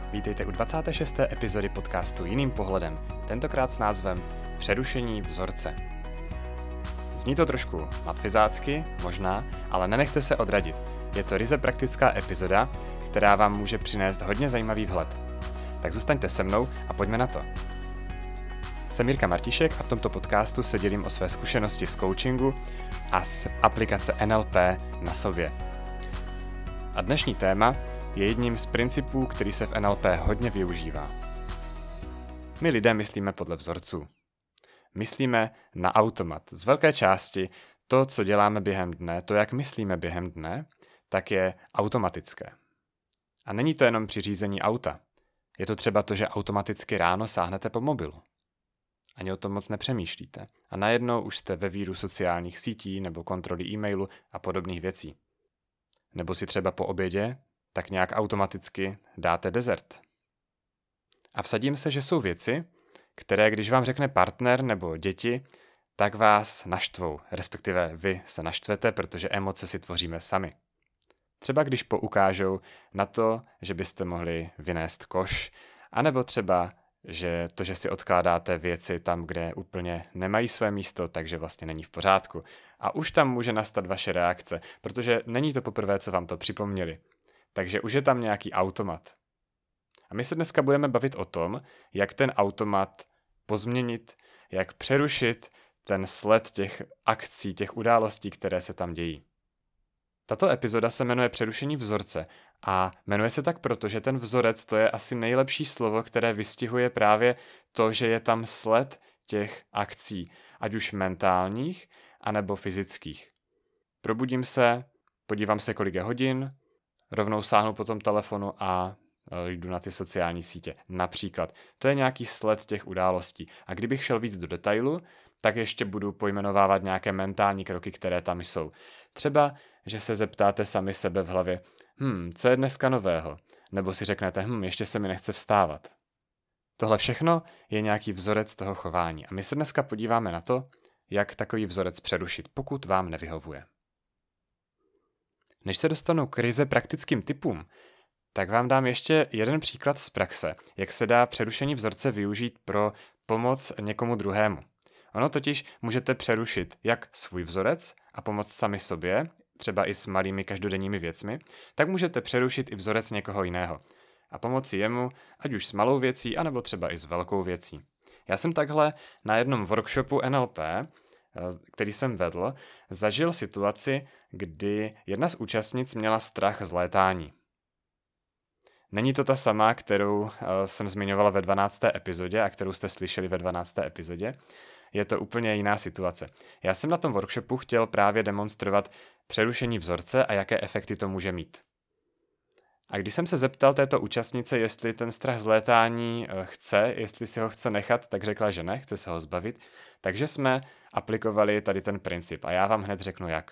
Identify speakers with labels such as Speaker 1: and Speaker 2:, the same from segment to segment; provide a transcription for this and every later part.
Speaker 1: Vítejte u 26. epizody podcastu Jiným pohledem, tentokrát s názvem Přerušení vzorce. Zní to trošku matfizácky, možná, ale nenechte se odradit. Je to ryze praktická epizoda, která vám může přinést hodně zajímavý vhled. Tak zůstaňte se mnou a pojďme na to. Jsem Jirka Martišek a v tomto podcastu se dělím o své zkušenosti z coachingu a z aplikace NLP na sobě. A dnešní téma je jedním z principů, který se v NLP hodně využívá. My lidé myslíme podle vzorců. Myslíme na automat. Z velké části to, co děláme během dne, to, jak myslíme během dne, tak je automatické. A není to jenom při řízení auta. Je to třeba to, že automaticky ráno sáhnete po mobilu. Ani o tom moc nepřemýšlíte. A najednou už jste ve víru sociálních sítí nebo kontroly e-mailu a podobných věcí. Nebo si třeba po obědě tak nějak automaticky dáte dezert. A vsadím se, že jsou věci, které, když vám řekne partner nebo děti, tak vás naštvou, respektive vy se naštvete, protože emoce si tvoříme sami. Třeba když poukážou na to, že byste mohli vynést koš, anebo třeba, že to, že si odkládáte věci tam, kde úplně nemají své místo, takže vlastně není v pořádku. A už tam může nastat vaše reakce, protože není to poprvé, co vám to připomněli. Takže už je tam nějaký automat. A my se dneska budeme bavit o tom, jak ten automat pozměnit, jak přerušit ten sled těch akcí, těch událostí, které se tam dějí. Tato epizoda se jmenuje Přerušení vzorce a jmenuje se tak proto, že ten vzorec to je asi nejlepší slovo, které vystihuje právě to, že je tam sled těch akcí, ať už mentálních, anebo fyzických. Probudím se, podívám se, kolik je hodin, rovnou sáhnu po tom telefonu a jdu na ty sociální sítě. Například. To je nějaký sled těch událostí. A kdybych šel víc do detailu, tak ještě budu pojmenovávat nějaké mentální kroky, které tam jsou. Třeba, že se zeptáte sami sebe v hlavě, co je dneska nového? Nebo si řeknete, ještě se mi nechce vstávat. Tohle všechno je nějaký vzorec toho chování. A my se dneska podíváme na to, jak takový vzorec přerušit, pokud vám nevyhovuje. Než se dostanu k ryze praktickým tipům, tak vám dám ještě jeden příklad z praxe, jak se dá přerušení vzorce využít pro pomoc někomu druhému. Ono totiž můžete přerušit jak svůj vzorec a pomoct sami sobě, třeba i s malými každodenními věcmi, tak můžete přerušit i vzorec někoho jiného a pomoci jemu, ať už s malou věcí, anebo třeba i s velkou věcí. Já jsem takhle na jednom workshopu NLP, který jsem vedl, zažil situaci, kdy jedna z účastnic měla strach z létání. Není to ta sama, kterou jsem zmiňoval ve 12. epizodě a kterou jste slyšeli ve 12. epizodě. Je to úplně jiná situace. Já jsem na tom workshopu chtěl právě demonstrovat přerušení vzorce a jaké efekty to může mít. A když jsem se zeptal této účastnice, jestli ten strach z létání chce, jestli si ho chce nechat, tak řekla, že ne, chce se ho zbavit. Takže jsme aplikovali tady ten princip a já vám hned řeknu jak.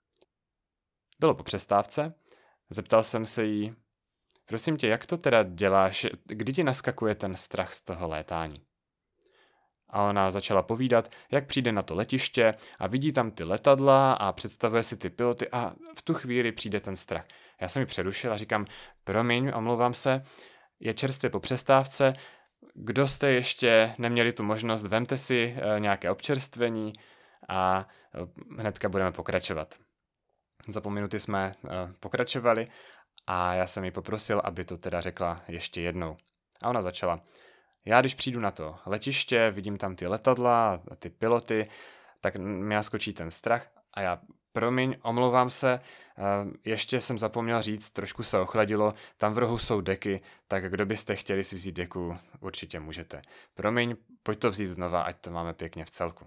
Speaker 1: Bylo po přestávce, zeptal jsem se jí, prosím tě, jak to teda děláš, kdy ti naskakuje ten strach z toho létání? A ona začala povídat, jak přijde na to letiště a vidí tam ty letadla a představuje si ty piloty a v tu chvíli přijde ten strach. Já jsem ji přerušil a říkám, promiň, omlouvám se, je čerstvě po přestávce, kdo jste ještě neměli tu možnost, vemte si nějaké občerstvení a hnedka budeme pokračovat. Za půl minuty jsme pokračovali a já jsem ji poprosil, aby to teda řekla ještě jednou. A ona začala. Já když přijdu na to letiště, vidím tam ty letadla a ty piloty, tak mi naskočí ten strach a já, promiň, omlouvám se, ještě jsem zapomněl říct, trošku se ochladilo, tam v rohu jsou deky, tak kdo byste chtěli si vzít deku, určitě můžete. Promiň, pojď to vzít znova, ať to máme pěkně v celku.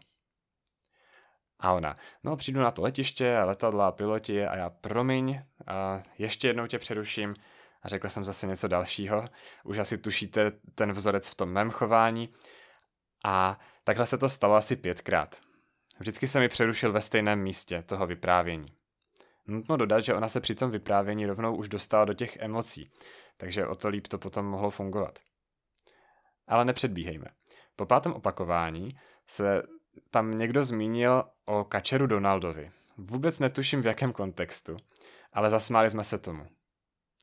Speaker 1: A ona, přijdu na to letiště, letadla, piloti a já, promiň, ještě jednou tě přeruším a řekl jsem zase něco dalšího. Už asi tušíte ten vzorec v tom mém chování a takhle se to stalo asi 5krát. Vždycky se mi přerušil ve stejném místě toho vyprávění. Nutno dodat, že ona se při tom vyprávění rovnou už dostala do těch emocí, takže o to líp to potom mohlo fungovat. Ale nepředbíhejme. Po 5. opakování se tam někdo zmínil o kačeru Donaldovi. Vůbec netuším v jakém kontextu, ale zasmáli jsme se tomu.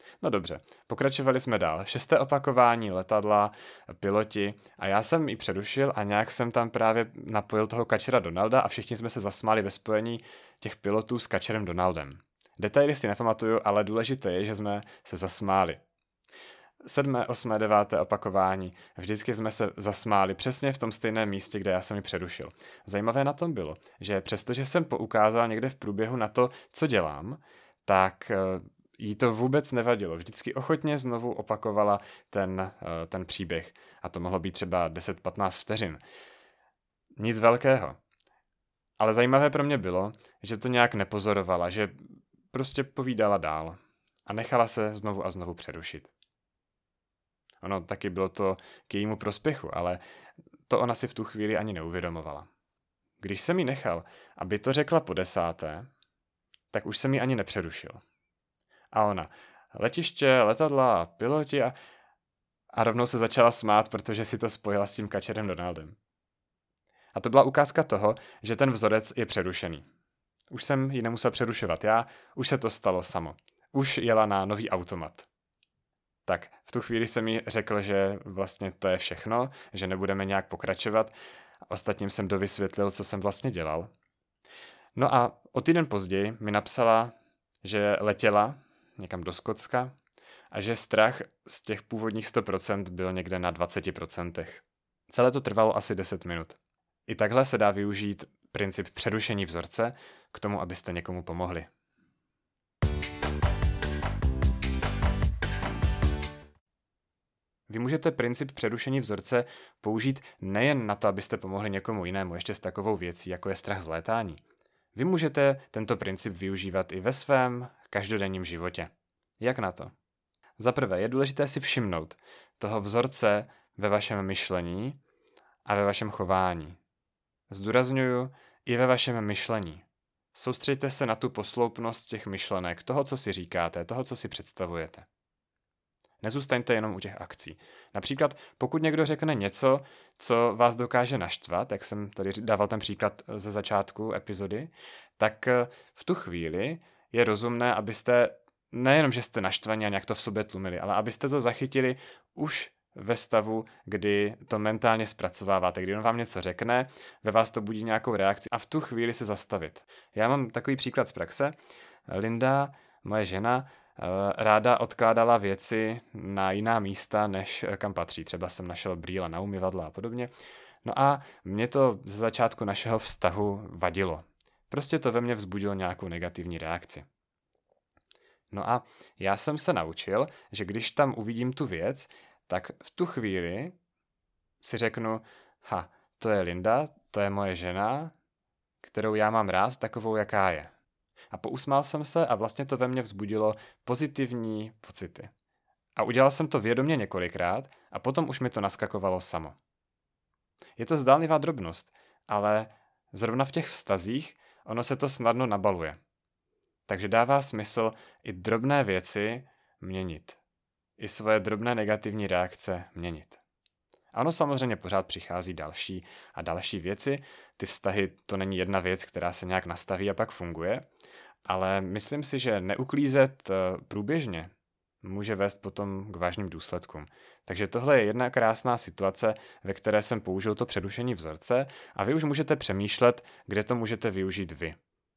Speaker 1: No dobře, pokračovali jsme dál. 6. opakování, letadla, piloti a já jsem ji přerušil a nějak jsem tam právě napojil toho kačera Donalda a všichni jsme se zasmáli ve spojení těch pilotů s kačerem Donaldem. Detaily si nepamatuju, ale důležité je, že jsme se zasmáli. 7., 8., 9. opakování. Vždycky jsme se zasmáli přesně v tom stejném místě, kde já jsem ji přerušil. Zajímavé na tom bylo, že přestože jsem poukázal někde v průběhu na to, co dělám, tak jí to vůbec nevadilo. Vždycky ochotně znovu opakovala ten příběh. A to mohlo být třeba 10-15 vteřin. Nic velkého. Ale zajímavé pro mě bylo, že to nějak nepozorovala, že prostě povídala dál a nechala se znovu a znovu přerušit. Ono taky bylo to k jejímu prospěchu, ale to ona si v tu chvíli ani neuvědomovala. Když jsem jí nechal, aby to řekla po 10., tak už jsem ji ani nepřerušil. A ona, letiště, letadla, piloti a rovnou se začala smát, protože si to spojila s tím kačerem Donaldem. A to byla ukázka toho, že ten vzorec je přerušený. Už jsem ji nemusel přerušovat už se to stalo samo. Už jela na nový automat. Tak v tu chvíli jsem jí řekl, že vlastně to je všechno, že nebudeme nějak pokračovat. Ostatním jsem dovysvětlil, co jsem vlastně dělal. No a o týden později mi napsala, že letěla někam do Skotska a že strach z těch původních 100% byl někde na 20%. Celé to trvalo asi 10 minut. I takhle se dá využít princip přerušení vzorce k tomu, abyste někomu pomohli. Vy můžete princip přerušení vzorce použít nejen na to, abyste pomohli někomu jinému ještě s takovou věcí, jako je strach z létání. Vy můžete tento princip využívat i ve svém každodenním životě. Jak na to? Za prvé je důležité si všimnout toho vzorce ve vašem myšlení a ve vašem chování. Zdůrazňuju i ve vašem myšlení. Soustřeďte se na tu posloupnost těch myšlenek, toho, co si říkáte, toho, co si představujete. Nezůstaňte jenom u těch akcí. Například, pokud někdo řekne něco, co vás dokáže naštvat, jak jsem tady dával ten příklad ze začátku epizody, tak v tu chvíli je rozumné, abyste nejenom, že jste naštvaní a nějak to v sobě tlumili, ale abyste to zachytili už ve stavu, kdy to mentálně zpracováváte, kdy on vám něco řekne, ve vás to budí nějakou reakci a v tu chvíli se zastavit. Já mám takový příklad z praxe. Linda, moje žena, ráda odkládala věci na jiná místa, než kam patří. Třeba jsem našel brýle na umyvadla a podobně. No a mě to ze začátku našeho vztahu vadilo. Prostě to ve mně vzbudilo nějakou negativní reakci. No a já jsem se naučil, že když tam uvidím tu věc, tak v tu chvíli si řeknu, to je Linda, to je moje žena, kterou já mám rád takovou, jaká je. A pousmál jsem se a vlastně to ve mně vzbudilo pozitivní pocity. A udělal jsem to vědomě několikrát a potom už mi to naskakovalo samo. Je to zdánlivá drobnost, ale zrovna v těch vztazích ono se to snadno nabaluje. Takže dává smysl i drobné věci měnit. I svoje drobné negativní reakce měnit. A ono samozřejmě pořád přichází další a další věci. Ty vztahy, to není jedna věc, která se nějak nastaví a pak funguje, ale myslím si, že neuklízet průběžně může vést potom k vážným důsledkům. Takže tohle je jedna krásná situace, ve které jsem použil to přerušení vzorce a vy už můžete přemýšlet, kde to můžete využít vy.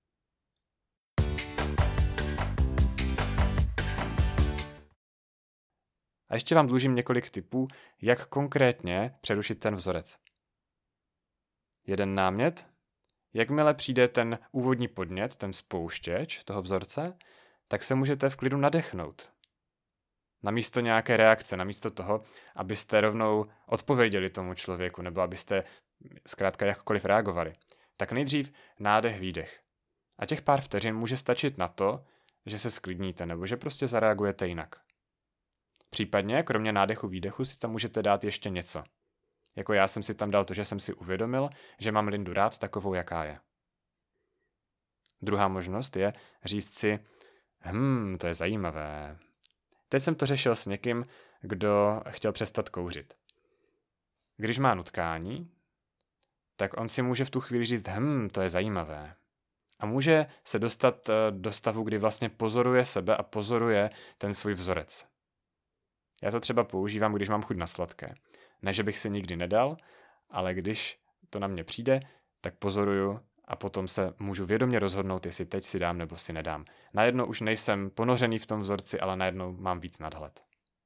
Speaker 1: A ještě vám dlužím několik tipů, jak konkrétně přerušit ten vzorec. Jeden námět. Jakmile přijde ten úvodní podnět, ten spouštěč toho vzorce, tak se můžete v klidu nadechnout. Namísto nějaké reakce, namísto toho, abyste rovnou odpověděli tomu člověku, nebo abyste zkrátka jakkoliv reagovali. Tak nejdřív nádech, výdech. A těch pár vteřin může stačit na to, že se sklidníte, nebo že prostě zareagujete jinak. Případně, kromě nádechu, výdechu, si tam můžete dát ještě něco. Jako já jsem si tam dal to, že jsem si uvědomil, že mám Lindu rád takovou, jaká je. Druhá možnost je říct si, to je zajímavé. Teď jsem to řešil s někým, kdo chtěl přestat kouřit. Když má nutkání, tak on si může v tu chvíli říct, to je zajímavé. A může se dostat do stavu, kdy vlastně pozoruje sebe a pozoruje ten svůj vzorec. Já to třeba používám, když mám chuť na sladké. Ne, že bych si nikdy nedal, ale když to na mě přijde, tak pozoruju a potom se můžu vědomě rozhodnout, jestli teď si dám nebo si nedám. Najednou už nejsem ponořený v tom vzorci, ale najednou mám víc nadhled.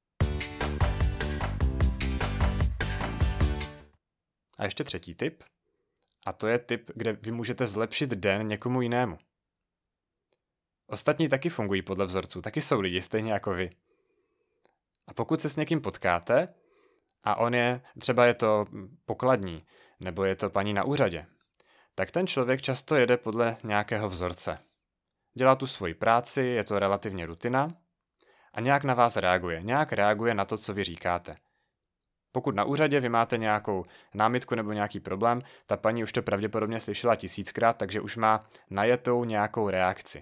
Speaker 1: A ještě třetí tip. A to je tip, kde vy můžete zlepšit den někomu jinému. Ostatní taky fungují podle vzorců, taky jsou lidi, stejně jako vy. A pokud se s někým potkáte a třeba je to pokladní, nebo je to paní na úřadě, tak ten člověk často jede podle nějakého vzorce. Dělá tu svoji práci, je to relativně rutina a nějak na vás reaguje. Nějak reaguje na to, co vy říkáte. Pokud na úřadě vy máte nějakou námitku nebo nějaký problém, ta paní už to pravděpodobně slyšela 1000krát, takže už má najetou nějakou reakci.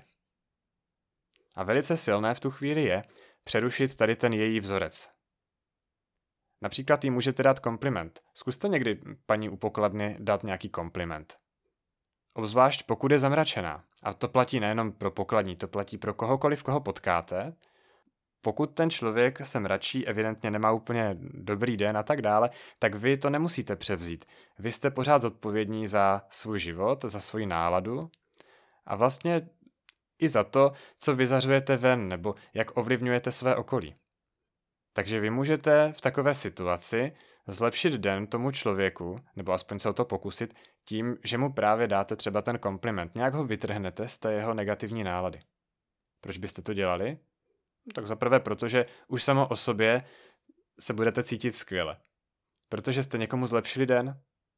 Speaker 1: A velice silné v tu chvíli je přerušit tady ten její vzorec. Například jí můžete dát kompliment. Zkuste někdy paní u pokladny dát nějaký kompliment. Obzvlášť pokud je zamračená. A to platí nejenom pro pokladní, to platí pro kohokoliv, koho potkáte. Pokud ten člověk se mračí, evidentně nemá úplně dobrý den a tak dále, tak vy to nemusíte převzít. Vy jste pořád zodpovědní za svůj život, za svoji náladu a vlastně i za to, co vyzařujete ven nebo jak ovlivňujete své okolí. Takže vy můžete v takové situaci zlepšit den tomu člověku, nebo aspoň se o to pokusit, tím, že mu právě dáte třeba ten kompliment. Nějak ho vytrhnete z té jeho negativní nálady. Proč byste to dělali? Tak zaprvé protože už samo o sobě se budete cítit skvěle. Protože jste někomu zlepšili den.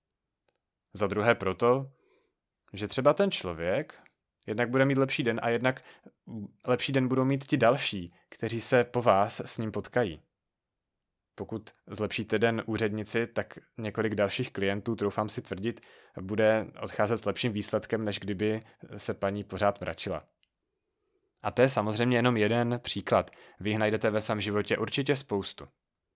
Speaker 1: Za druhé proto, že třeba ten člověk jednak bude mít lepší den a jednak lepší den budou mít ti další, kteří se po vás s ním potkají. Pokud zlepšíte den úřednici, tak několik dalších klientů, troufám si tvrdit, bude odcházet s lepším výsledkem, než kdyby se paní pořád mračila. A to je samozřejmě jenom jeden příklad. Vy jich najdete ve svém životě určitě spoustu.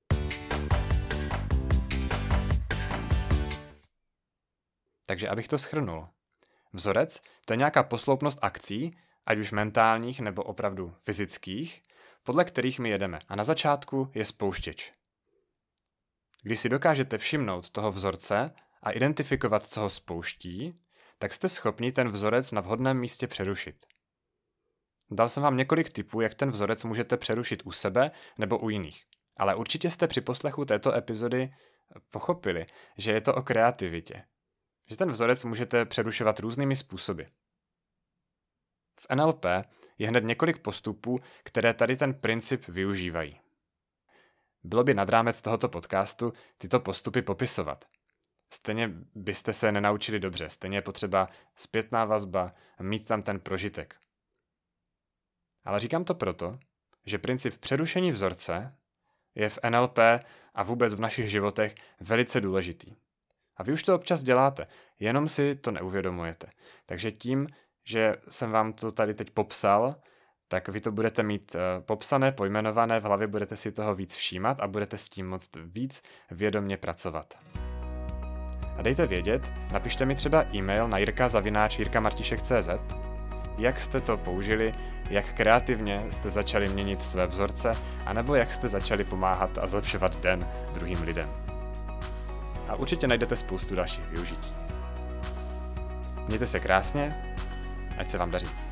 Speaker 1: Takže abych to shrnul. Vzorec to je nějaká posloupnost akcí, ať už mentálních nebo opravdu fyzických, podle kterých my jedeme. A na začátku je spouštěč. Když si dokážete všimnout toho vzorce a identifikovat, co ho spouští, tak jste schopni ten vzorec na vhodném místě přerušit. Dal jsem vám několik tipů, jak ten vzorec můžete přerušit u sebe nebo u jiných. Ale určitě jste při poslechu této epizody pochopili, že je to o kreativitě. Že ten vzorec můžete přerušovat různými způsoby. V NLP je hned několik postupů, které tady ten princip využívají. Bylo by nad rámec tohoto podcastu tyto postupy popisovat. Stejně byste se nenaučili dobře, stejně je potřeba zpětná vazba, mít tam ten prožitek. Ale říkám to proto, že princip přerušení vzorce je v NLP a vůbec v našich životech velice důležitý. A vy už to občas děláte, jenom si to neuvědomujete. Takže tím, že jsem vám to tady teď popsal, tak vy to budete mít popsané, pojmenované, v hlavě budete si toho víc všímat a budete s tím moct víc vědomě pracovat. A dejte vědět, napište mi třeba e-mail na jirka@jirkamartišek.cz, jak jste to použili, jak kreativně jste začali měnit své vzorce, anebo jak jste začali pomáhat a zlepšovat den druhým lidem. A určitě najdete spoustu dalších využití. Mějte se krásně, ať se vám daří.